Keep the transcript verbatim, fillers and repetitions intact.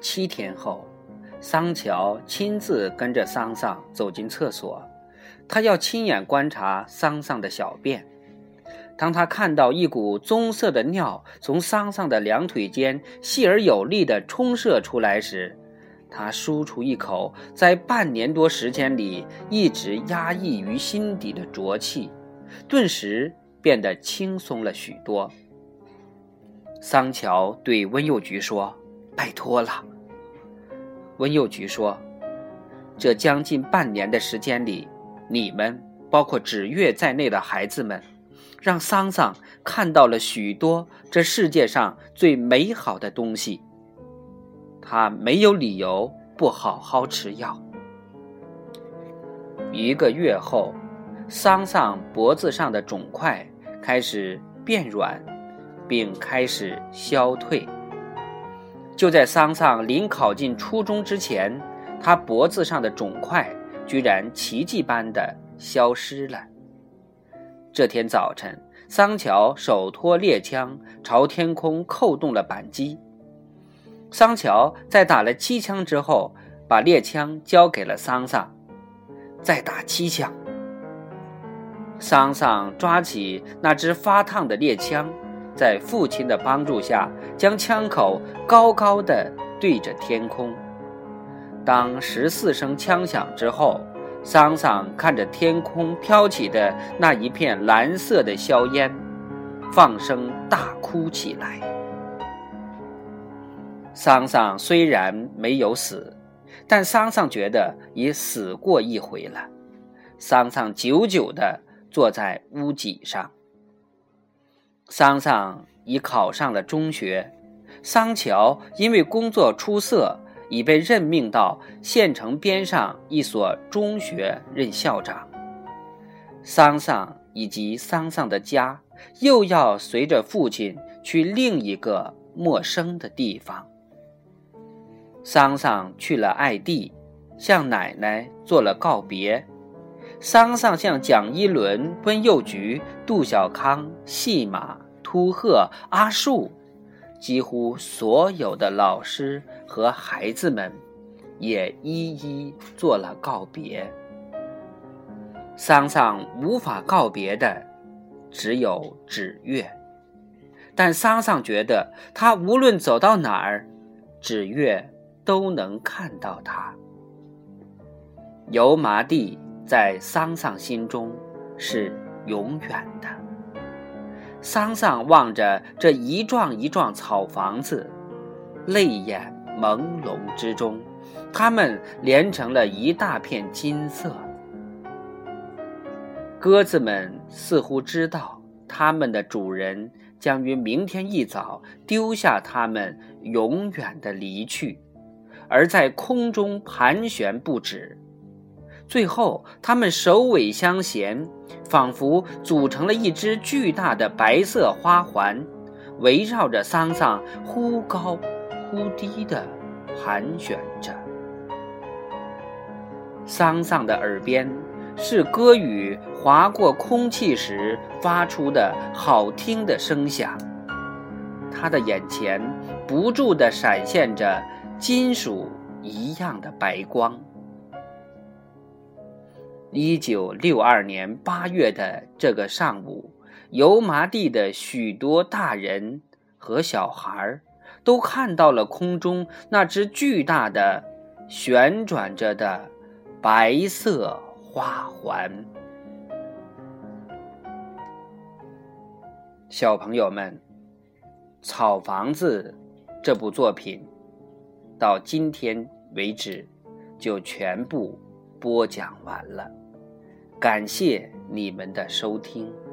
七天后，桑乔亲自跟着桑桑走进厕所，他要亲眼观察桑桑的小便。当他看到一股棕色的尿从桑桑的两腿间细而有力地冲射出来时，他舒出一口在半年多时间里一直压抑于心底的浊气，顿时变得轻松了许多。桑乔对温佑菊说：“拜托了。”温佑菊说：“这将近半年的时间里，你们包括芷月在内的孩子们，让桑桑看到了许多这世界上最美好的东西。他没有理由不好好吃药。”一个月后，桑桑脖子上的肿块开始变软，并开始消退。就在桑桑临考进初中之前，他脖子上的肿块居然奇迹般地消失了。这天早晨，桑乔手托猎枪朝天空扣动了扳机。桑乔在打了七枪之后，把猎枪交给了桑桑。再打七枪。桑桑抓起那只发烫的猎枪，在父亲的帮助下，将枪口高高地对着天空。当十四声枪响之后，桑桑看着天空飘起的那一片蓝色的硝烟，放声大哭起来。桑桑虽然没有死，但桑桑觉得已死过一回了。桑桑久久地坐在屋脊上。桑桑已考上了中学，桑乔因为工作出色，已被任命到县城边上一所中学任校长。桑桑以及桑桑的家又要随着父亲去另一个陌生的地方。桑桑去了爱地，向奶奶做了告别。桑桑向蒋一伦、温佑菊、杜小康、细马、秃鹤、阿树，几乎所有的老师和孩子们也一一做了告别。桑桑无法告别的只有芷月，但桑桑觉得他无论走到哪儿，芷月都能看到他。油麻地在桑桑心中是永远的。桑桑望着这一幢一幢草房子，泪眼朦胧之中，它们连成了一大片金色。鸽子们似乎知道它们的主人将于明天一早丢下它们，永远的离去，而在空中盘旋不止。最后它们首尾相衔，仿佛组成了一只巨大的白色花环，围绕着桑桑忽高忽低地盘旋着。桑桑的耳边是歌语划过空气时发出的好听的声响，他的眼前不住地闪现着金属一样的白光。一九六二年八月的这个上午，油麻地的许多大人和小孩都看到了空中那只巨大的旋转着的白色花环。小朋友们，草房子这部作品到今天为止就全部播讲完了，感谢你们的收听。